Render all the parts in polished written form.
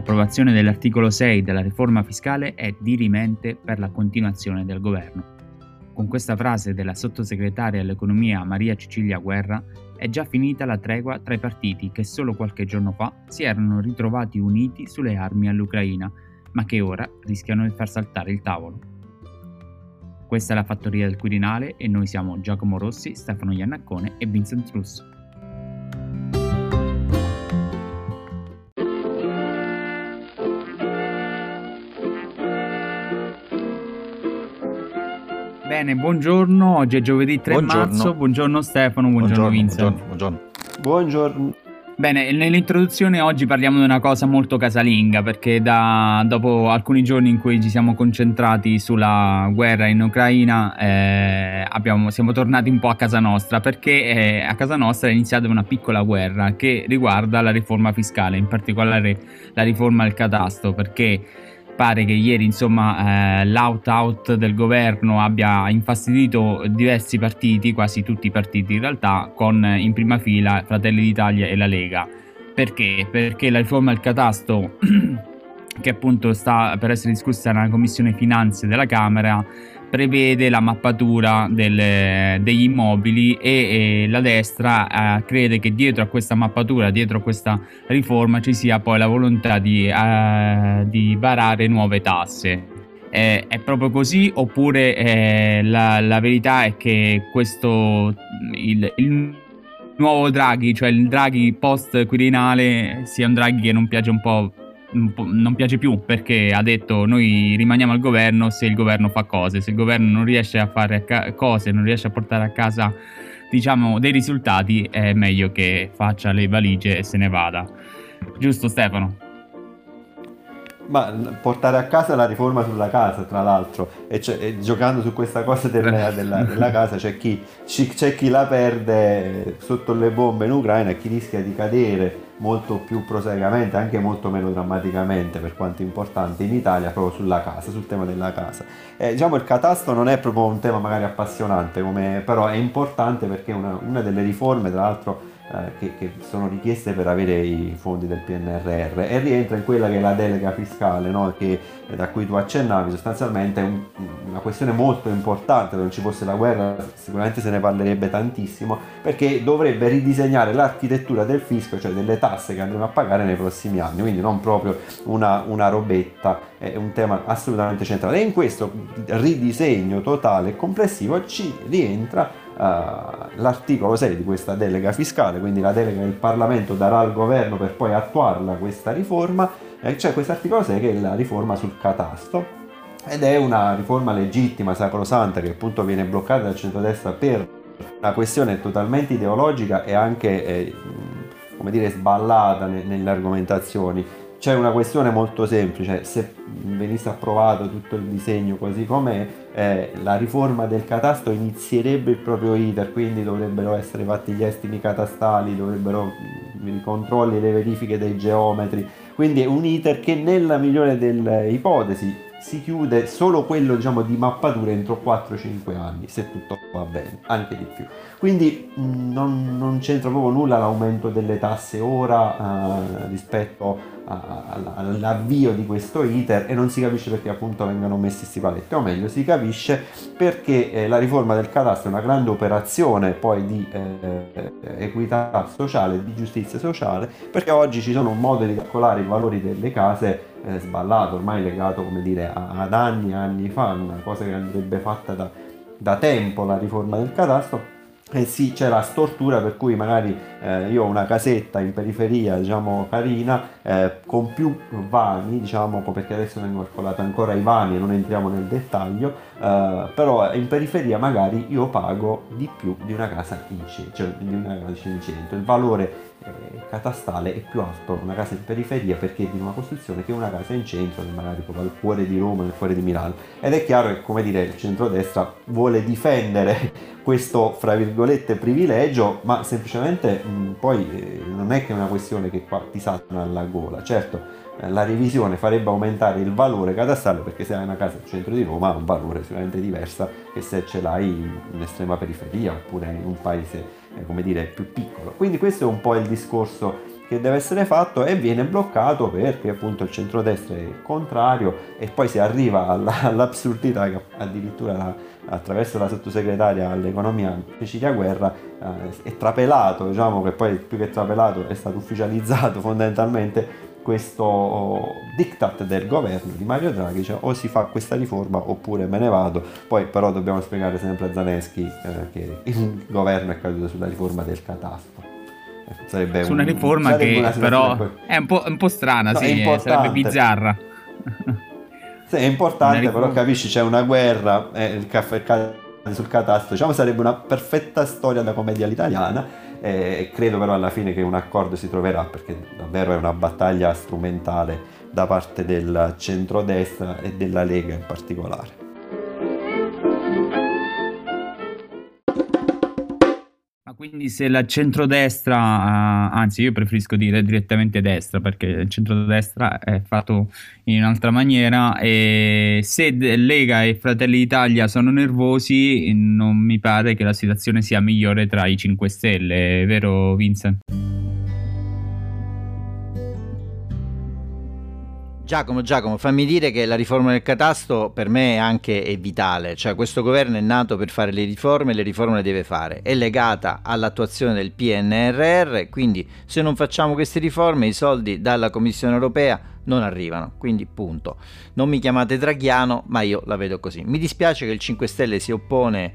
l'approvazione dell'articolo 6 della riforma fiscale è dirimente per la continuazione del governo. Con questa frase della sottosegretaria all'economia Maria Cecilia Guerra è già finita la tregua tra i partiti che solo qualche giorno fa si erano ritrovati uniti sulle armi all'Ucraina, ma che ora rischiano di far saltare il tavolo. Questa è la Fattoria del Quirinale e noi siamo Giacomo Rossi, Stefano Iannaccone e Vincent Russo. Bene, buongiorno, oggi è giovedì 3 marzo, buongiorno Stefano, buongiorno Vincent. Buongiorno. Bene, nell'introduzione oggi parliamo di una cosa molto casalinga, perché dopo alcuni giorni in cui ci siamo concentrati sulla guerra in Ucraina siamo tornati un po' a casa nostra, perché a casa nostra è iniziata una piccola guerra che riguarda la riforma fiscale, in particolare la riforma del catasto, perché pare che ieri l'out-out del governo abbia infastidito diversi partiti, quasi tutti i partiti in realtà, con in prima fila Fratelli d'Italia e la Lega. Perché? Perché la riforma del catasto che appunto sta per essere discussa nella Commissione Finanze della Camera prevede la mappatura degli immobili e la destra crede che dietro a questa mappatura, dietro a questa riforma ci sia poi la volontà di varare nuove tasse. È proprio così oppure la verità è che il nuovo Draghi, cioè il Draghi post Quirinale, sia un Draghi che non piace più, perché ha detto noi rimaniamo al governo se il governo fa cose, se il governo non riesce a fare cose, non riesce a portare a casa dei risultati, è meglio che faccia le valigie e se ne vada. Giusto Stefano? Ma portare a casa la riforma sulla casa, tra l'altro, e giocando su questa cosa della casa c'è chi la perde sotto le bombe in Ucraina e chi rischia di cadere molto più prosaicamente, anche molto meno drammaticamente per quanto importante in Italia, proprio sulla casa, sul tema della casa. Il catasto non è proprio un tema magari appassionante, però è importante perché è una delle riforme, tra l'altro, che sono richieste per avere i fondi del PNRR, e rientra in quella che è la delega fiscale, no? Da cui tu accennavi. Sostanzialmente è una questione molto importante. Se non ci fosse la guerra sicuramente se ne parlerebbe tantissimo, perché dovrebbe ridisegnare l'architettura del fisco, cioè delle tasse che andremo a pagare nei prossimi anni, quindi non proprio una robetta, è un tema assolutamente centrale, e in questo ridisegno totale e complessivo ci rientra l'articolo 6 di questa delega fiscale, quindi la delega che il Parlamento darà al governo per poi attuarla questa riforma. C'è questo articolo 6 che è la riforma sul catasto, ed è una riforma legittima, sacrosanta, che appunto viene bloccata dal centrodestra per una questione totalmente ideologica e anche sballata nelle argomentazioni. C'è una questione molto semplice: se venisse approvato tutto il disegno così com'è, la riforma del catasto inizierebbe il proprio iter, quindi dovrebbero essere fatti gli estimi catastali, dovrebbero i controlli e le verifiche dei geometri, quindi è un iter che nella migliore delle ipotesi si chiude solo quello di mappatura entro 4-5 anni, se tutto va bene, anche di più. Quindi non c'entra proprio nulla l'aumento delle tasse ora rispetto all'avvio di questo iter, e non si capisce perché appunto vengano messi sti paletti, o meglio si capisce perché la riforma del catasto è una grande operazione poi di equità sociale, di giustizia sociale, perché oggi ci sono un modo di calcolare i valori delle case sballato, ormai legato ad anni fa, una cosa che andrebbe fatta da tempo, la riforma del catasto. Sì, c'è la stortura per cui magari io ho una casetta in periferia, carina, con più vani, perché adesso vengono calcolati ancora i vani e non entriamo nel dettaglio, però in periferia magari io pago di più di una casa in centro. Il valore catastale è più alto una casa in periferia perché è di una costruzione che una casa in centro, che magari proprio al cuore di Roma, nel cuore di Milano. Ed è chiaro che, il centrodestra vuole difendere questo, fra virgolette, privilegio, ma semplicemente poi non è che è una questione che qua ti saltano alla gola. Certo, la revisione farebbe aumentare il valore catastale, perché se hai una casa al centro di Roma ha un valore sicuramente diverso che se ce l'hai in estrema periferia oppure in un paese più piccolo. Quindi questo è un po' il discorso che deve essere fatto e viene bloccato perché appunto il centrodestra è contrario, e poi si arriva all'assurdità che addirittura attraverso la sottosegretaria all'economia Cecilia Guerra è trapelato, diciamo che poi più che trapelato è stato ufficializzato fondamentalmente questo diktat del governo di Mario Draghi, cioè o si fa questa riforma oppure me ne vado. Poi però dobbiamo spiegare sempre a Zelensky che il governo è caduto sulla riforma del catasto. Sarebbe su una riforma che però è un po' strana, no, sì, sarebbe bizzarra. Sì, è importante, però capisci, c'è una guerra, il caffè sul catasto, diciamo sarebbe una perfetta storia da commedia all'italiana. Credo però alla fine che un accordo si troverà, perché davvero è una battaglia strumentale da parte del centrodestra e della Lega in particolare. Ma quindi se la centrodestra, anzi io preferisco dire direttamente destra, perché il centrodestra è fatto in un'altra maniera, e se Lega e Fratelli d'Italia sono nervosi non mi pare che la situazione sia migliore tra i 5 Stelle, vero Vincent? Giacomo, fammi dire che la riforma del catasto per me è vitale, cioè questo governo è nato per fare le riforme le deve fare, è legata all'attuazione del PNRR, quindi se non facciamo queste riforme i soldi dalla Commissione Europea non arrivano, quindi punto. Non mi chiamate draghiano, ma io la vedo così. Mi dispiace che il 5 Stelle si oppone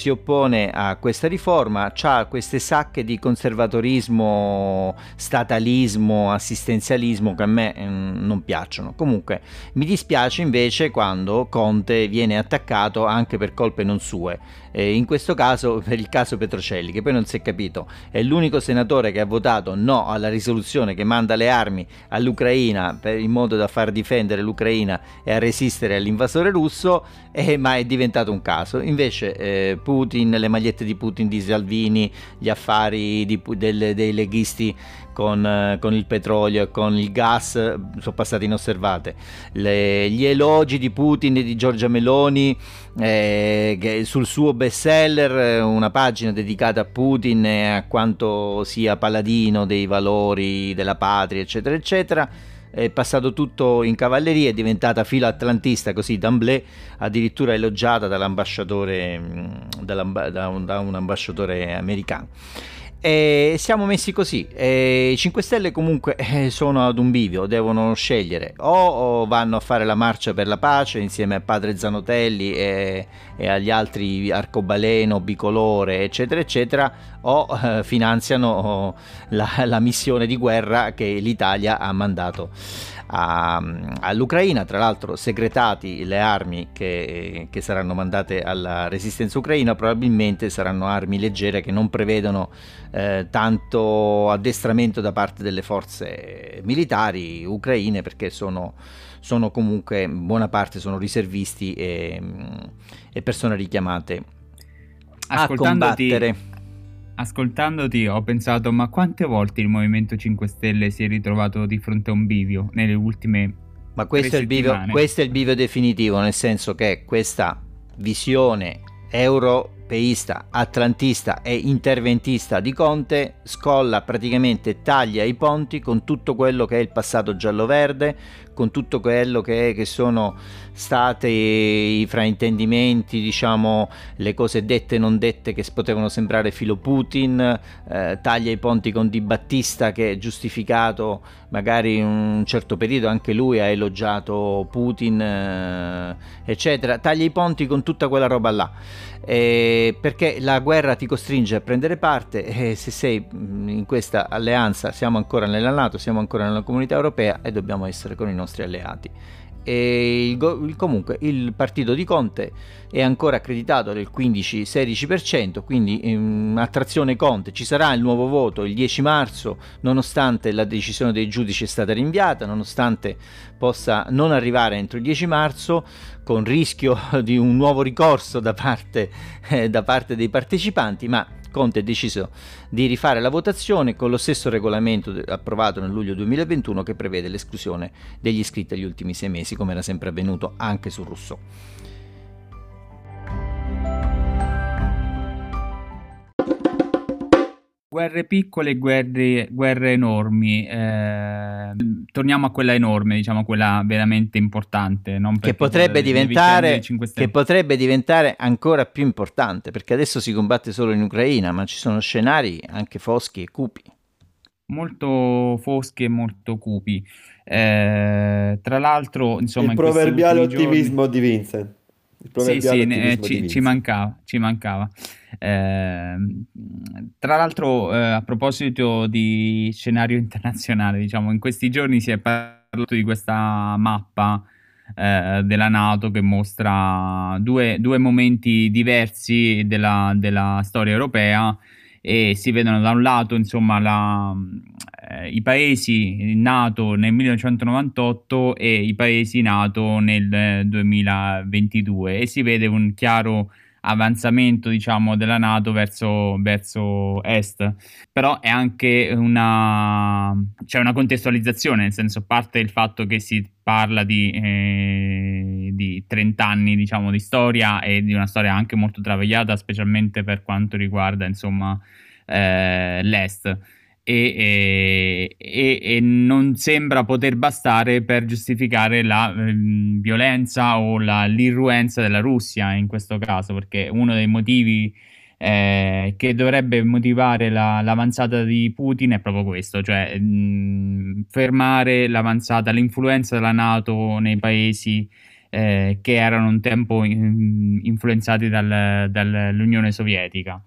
a questa riforma, c'ha queste sacche di conservatorismo, statalismo, assistenzialismo che a me non piacciono. Comunque mi dispiace invece quando Conte viene attaccato anche per colpe non sue, in questo caso per il caso Petrocelli, che poi non si è capito, è l'unico senatore che ha votato no alla risoluzione che manda le armi all'Ucraina in modo da far difendere l'Ucraina e a resistere all'invasore russo, ma è diventato un caso. Invece Putin, le magliette di Putin, di Salvini, gli affari dei leghisti con il petrolio e con il gas sono passati inosservate. Gli elogi di Putin e di Giorgia Meloni sul suo bestseller, una pagina dedicata a Putin e a quanto sia paladino dei valori della patria, eccetera eccetera, è passato tutto in cavalleria, è diventata filo atlantista così d'emblée, addirittura elogiata dall'ambasciatore da un ambasciatore americano. E siamo messi così, i 5 Stelle comunque sono ad un bivio, devono scegliere o vanno a fare la marcia per la pace insieme a padre Zanotelli e agli altri Arcobaleno, Bicolore eccetera eccetera, o finanziano la missione di guerra che l'Italia ha mandato all'Ucraina, tra l'altro segretati le armi che saranno mandate alla resistenza ucraina probabilmente saranno armi leggere che non prevedono tanto addestramento da parte delle forze militari ucraine, perché sono comunque in buona parte sono riservisti e persone richiamate a combattere. Ascoltandoti ho pensato, ma quante volte il Movimento 5 Stelle si è ritrovato di fronte a un bivio nelle ultime Ma questo è il bivio definitivo, nel senso che questa visione europeista, atlantista e interventista di Conte scolla, praticamente taglia i ponti con tutto quello che è il passato giallo-verde, con tutto quello che sono state i fraintendimenti, diciamo, le cose dette e non dette che potevano sembrare filo Putin, taglia i ponti con Di Battista che è giustificato, magari in un certo periodo anche lui ha elogiato Putin, eccetera, taglia i ponti con tutta quella roba là. Perché la guerra ti costringe a prendere parte, e se sei in questa alleanza, siamo ancora nella NATO, siamo ancora nella comunità europea e dobbiamo essere con i nostri alleati. E comunque il partito di Conte è ancora accreditato del 15-16%, quindi attrazione Conte. Ci sarà il nuovo voto il 10 marzo, nonostante la decisione dei giudici è stata rinviata, nonostante possa non arrivare entro il 10 marzo, con rischio di un nuovo ricorso da parte dei partecipanti, ma Conte ha deciso di rifare la votazione con lo stesso regolamento approvato nel luglio 2021 che prevede l'esclusione degli iscritti agli ultimi 6 mesi, come era sempre avvenuto anche su Rousseau. guerre piccole e guerre enormi. Torniamo a quella enorme, diciamo quella veramente importante, non che perché potrebbe le vicende diventare dei 5 Stelle. che potrebbe diventare ancora più importante, perché adesso si combatte solo in Ucraina, ma ci sono scenari anche foschi e cupi. Molto foschi e molto cupi. Tra l'altro, insomma, Il in questi proverbiale ultimi giorni. ottimismo di Vincent. Il Sì, proverbiale sì, ottimismo di ci Vincent. mancava, ci mancava. Tra l'altro, a proposito di scenario internazionale, diciamo, in questi giorni si è parlato di questa mappa della NATO che mostra due momenti diversi della storia europea e si vedono da un lato, insomma, i paesi NATO nel 1998 e i paesi NATO nel 2022 e si vede un chiaro avanzamento, diciamo, della NATO verso est. Però è anche c'è una contestualizzazione, nel senso, a parte il fatto che si parla di 30 anni, diciamo, di storia e di una storia anche molto travagliata, specialmente per quanto riguarda, insomma, l'est. E non sembra poter bastare per giustificare la violenza o l'irruenza della Russia in questo caso, perché uno dei motivi che dovrebbe motivare l'avanzata di Putin è proprio questo, cioè fermare l'avanzata, l'influenza della NATO nei paesi che erano un tempo influenzati dall'Unione Sovietica.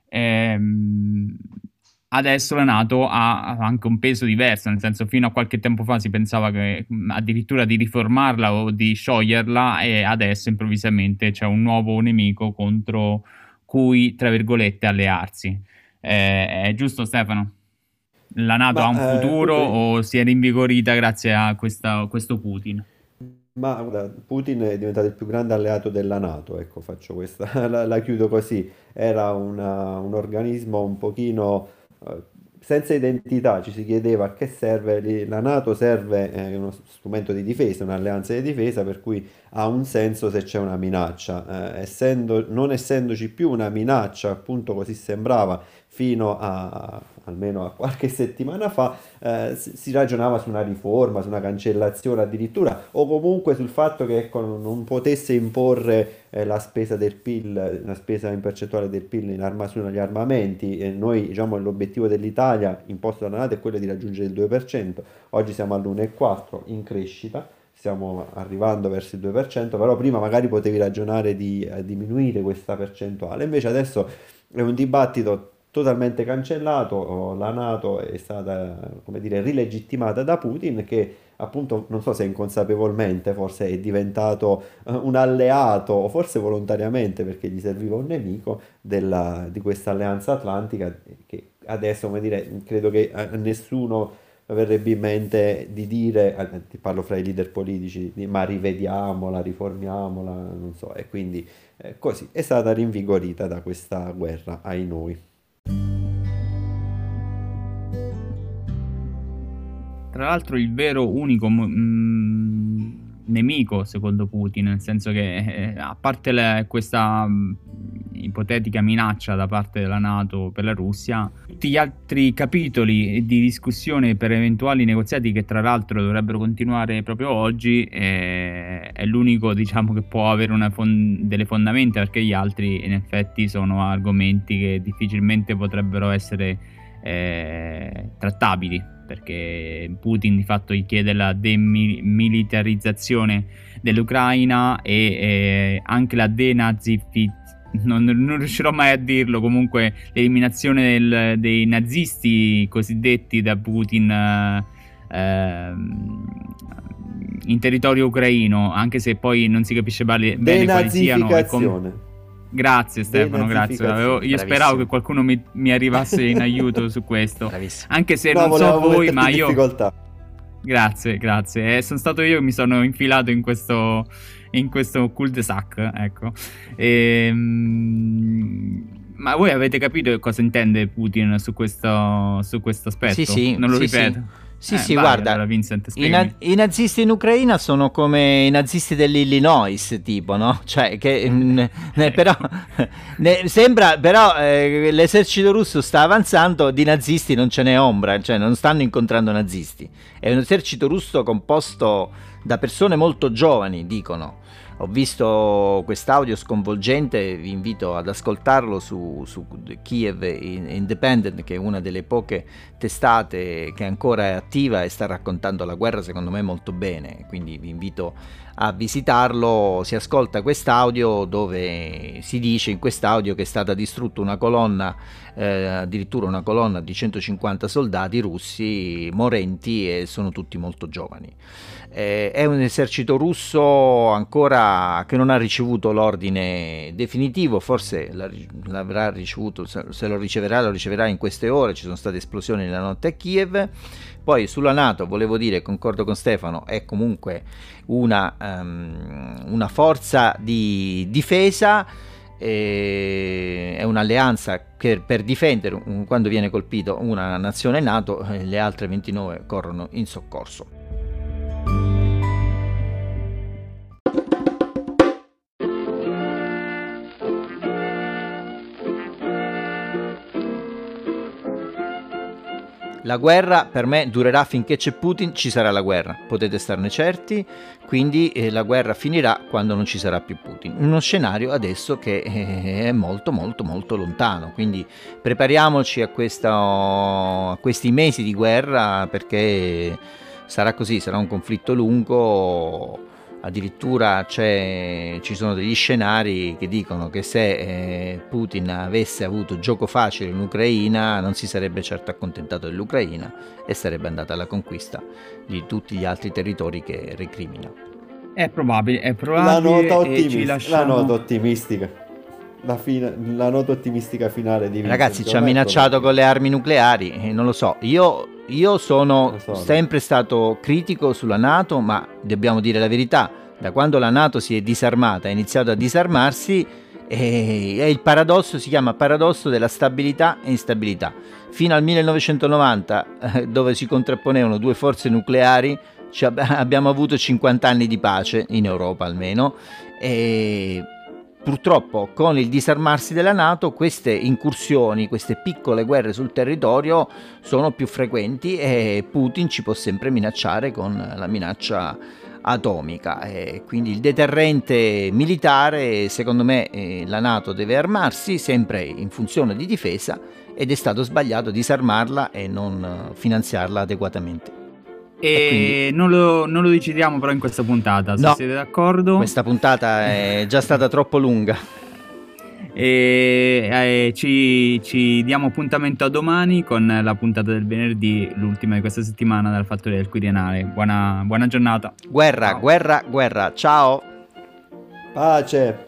Adesso la NATO ha anche un peso diverso, nel senso fino a qualche tempo fa si pensava che addirittura di riformarla o di scioglierla e adesso improvvisamente c'è un nuovo nemico contro cui, tra virgolette, allearsi. È giusto, Stefano? La NATO ha un futuro o si è rinvigorita grazie a questo Putin? Ma guarda, Putin è diventato il più grande alleato della NATO, ecco, faccio questa, la chiudo così. Era un organismo un pochino senza identità, ci si chiedeva a che serve, la NATO serve, è uno strumento di difesa, un'alleanza di difesa, per cui ha un senso se c'è una minaccia. Non essendoci più una minaccia, appunto così sembrava, fino a almeno a qualche settimana fa, si ragionava su una riforma, su una cancellazione addirittura, o comunque sul fatto che ecco, non potesse imporre la spesa del PIL, una spesa in percentuale del PIL sugli armamenti. E noi, diciamo, l'obiettivo dell'Italia imposto dalla NATO è quello di raggiungere il 2%, oggi siamo all'1,4% in crescita. Stiamo arrivando verso il 2%, però prima magari potevi ragionare di diminuire questa percentuale. Invece adesso è un dibattito totalmente cancellato, la NATO è stata, come dire, rilegittimata da Putin che appunto, non so se inconsapevolmente, forse è diventato un alleato, o forse volontariamente perché gli serviva un nemico di questa alleanza atlantica che adesso, come dire, credo che a nessuno verrebbe in mente di dire, ti parlo fra i leader politici, ma rivediamola, riformiamola, non so, e quindi così è stata rinvigorita da questa guerra, ai noi. Tra l'altro il vero unico nemico secondo Putin, nel senso che a parte questa ipotetica minaccia da parte della NATO per la Russia, tutti gli altri capitoli di discussione per eventuali negoziati che tra l'altro dovrebbero continuare proprio oggi è l'unico, diciamo, che può avere delle fondamenta, perché gli altri in effetti sono argomenti che difficilmente potrebbero essere trattabili, perché Putin di fatto gli chiede la demilitarizzazione dell'Ucraina e anche la denazificazione, non riuscirò mai a dirlo, comunque l'eliminazione dei nazisti cosiddetti da Putin in territorio ucraino, anche se poi non si capisce bene quali siano. Grazie Stefano, grazie. Io speravo che qualcuno mi arrivasse in aiuto su questo. Bravissimo. Anche se non so voi, ma io... difficoltà. Grazie. Sono stato io che mi sono infilato in questo cul-de-sac, ecco. Ma voi avete capito cosa intende Putin su questo aspetto? Sì, non lo sì, ripeto. Sì, Vai, guarda, allora, Vincent, spiegami. i nazisti in Ucraina sono come i nazisti dell'Illinois, tipo, no? Cioè, che però sembra, però l'esercito russo sta avanzando, di nazisti non ce n'è ombra, cioè non stanno incontrando nazisti. È un esercito russo composto da persone molto giovani, dicono. Ho visto quest'audio sconvolgente, vi invito ad ascoltarlo su Kiev Independent, che è una delle poche testate che ancora è attiva e sta raccontando la guerra secondo me molto bene, quindi vi invito a visitarlo. Si ascolta quest'audio dove si dice in quest'audio che è stata distrutta una colonna, addirittura una colonna di 150 soldati russi morenti, e sono tutti molto giovani. È un esercito russo ancora che non ha ricevuto l'ordine definitivo, forse l'avrà ricevuto, se lo riceverà in queste ore. Ci sono state esplosioni nella notte a Kiev. Poi sulla NATO, volevo dire, concordo con Stefano, è comunque una forza di difesa, è un'alleanza che per difendere quando viene colpito una nazione NATO, le altre 29 corrono in soccorso. La guerra per me durerà finché c'è Putin, ci sarà la guerra, potete starne certi, quindi la guerra finirà quando non ci sarà più Putin. Uno scenario adesso che è molto molto molto lontano, quindi prepariamoci a questi mesi di guerra, perché sarà così, sarà un conflitto lungo. Addirittura ci sono degli scenari che dicono che se Putin avesse avuto gioco facile in Ucraina non si sarebbe certo accontentato dell'Ucraina e sarebbe andato alla conquista di tutti gli altri territori che recrimina. È probabile. La nota lasciamo... ottimistica. La nota ottimistica finale di Vincent. Ragazzi, ci ha minacciato con le armi nucleari, non lo so. Io sono sempre stato critico sulla NATO, ma dobbiamo dire la verità: da quando la NATO si è disarmata, ha iniziato a disarmarsi, è il paradosso, si chiama paradosso della stabilità e instabilità. Fino al 1990, dove si contrapponevano due forze nucleari, abbiamo avuto 50 anni di pace, in Europa almeno, e purtroppo con il disarmarsi della NATO queste incursioni, queste piccole guerre sul territorio sono più frequenti, e Putin ci può sempre minacciare con la minaccia atomica, e quindi il deterrente militare, secondo me, la NATO deve armarsi sempre in funzione di difesa, ed è stato sbagliato disarmarla e non finanziarla adeguatamente. E non lo decidiamo però in questa puntata, se siete d'accordo. Questa puntata è già stata troppo lunga. E ci diamo appuntamento a domani con la puntata del venerdì, l'ultima di questa settimana dalla Fattoria del Quirinale. Buona giornata. Guerra, ciao. Pace.